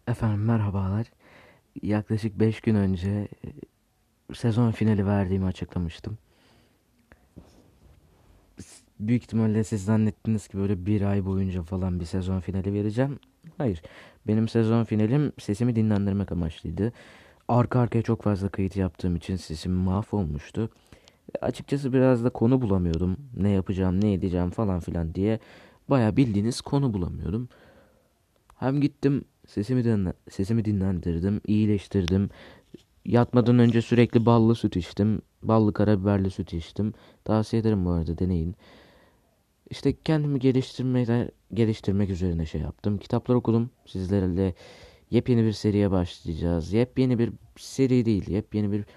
Efendim merhabalar. Yaklaşık 5 gün önce sezon finali verdiğimi açıklamıştım. Büyük ihtimalle siz zannettiniz ki böyle bir ay boyunca falan bir sezon finali vereceğim. Hayır. Benim sezon finalim sesimi dinlendirmek amaçlıydı. Arka arkaya çok fazla kayıt yaptığım için sesim mahvolmuştu. Açıkçası biraz da konu bulamıyordum. Ne yapacağım, ne edeceğim falan filan diye. Baya bildiğiniz konu bulamıyordum. Hem gittim sesimi dinlendirdim, iyileştirdim. Yatmadan önce sürekli ballı süt içtim. Ballı karabiberli süt içtim. Tavsiye ederim bu arada deneyin. İşte kendimi geliştirmek üzerine şey yaptım. Kitaplar okudum. Sizlerle yepyeni bir seriye başlayacağız. Yepyeni bir seri değil, yepyeni bir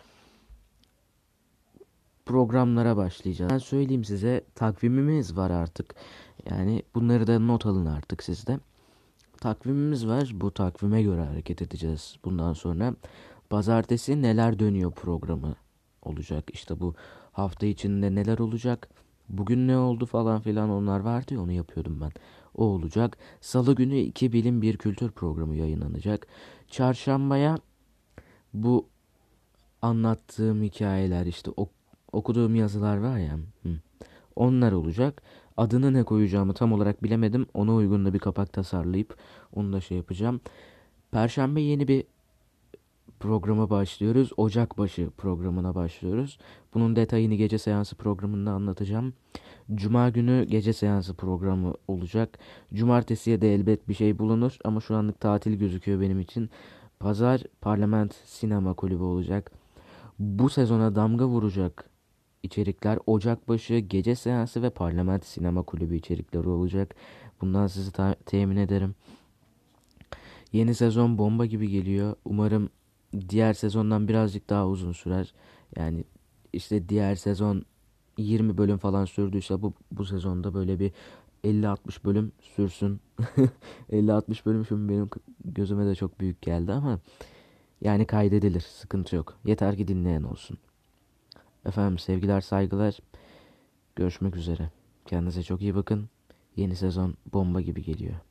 programlara başlayacağız. Ben söyleyeyim size takvimimiz var artık. Yani bunları da not alın artık sizde. Takvimimiz var. Bu takvime göre hareket edeceğiz bundan sonra. Pazartesi neler dönüyor programı olacak. İşte bu hafta içinde neler olacak. Bugün ne oldu falan filan onlar vardı ya onu yapıyordum ben. O olacak. Salı günü iki bilim bir kültür programı yayınlanacak. Çarşambaya bu anlattığım hikayeler işte okuduğum yazılar var ya. Onlar olacak. Adını ne koyacağımı tam olarak bilemedim. Ona uygun da bir kapak tasarlayıp onu da şey yapacağım. Perşembe yeni bir programa başlıyoruz. Ocakbaşı programına başlıyoruz. Bunun detayını gece seansı programında anlatacağım. Cuma günü gece seansı programı olacak. Cumartesiye de elbet bir şey bulunur ama şu anlık tatil gözüküyor benim için. Pazar Parlament Sinema Kulübü olacak. Bu sezona damga vuracak içerikler Ocakbaşı, gece seansı ve Parlament Sinema Kulübü içerikleri olacak. Bundan sizi temin ederim. Yeni sezon bomba gibi geliyor. Umarım diğer sezondan birazcık daha uzun sürer. Yani işte diğer sezon 20 bölüm falan sürdüyse bu sezonda böyle bir 50-60 bölüm sürsün. 50-60 bölüm şimdi benim gözüme de çok büyük geldi ama yani kaydedilir. Sıkıntı yok. Yeter ki dinleyen olsun. Efendim sevgiler saygılar. Görüşmek üzere. Kendinize çok iyi bakın. Yeni sezon bomba gibi geliyor.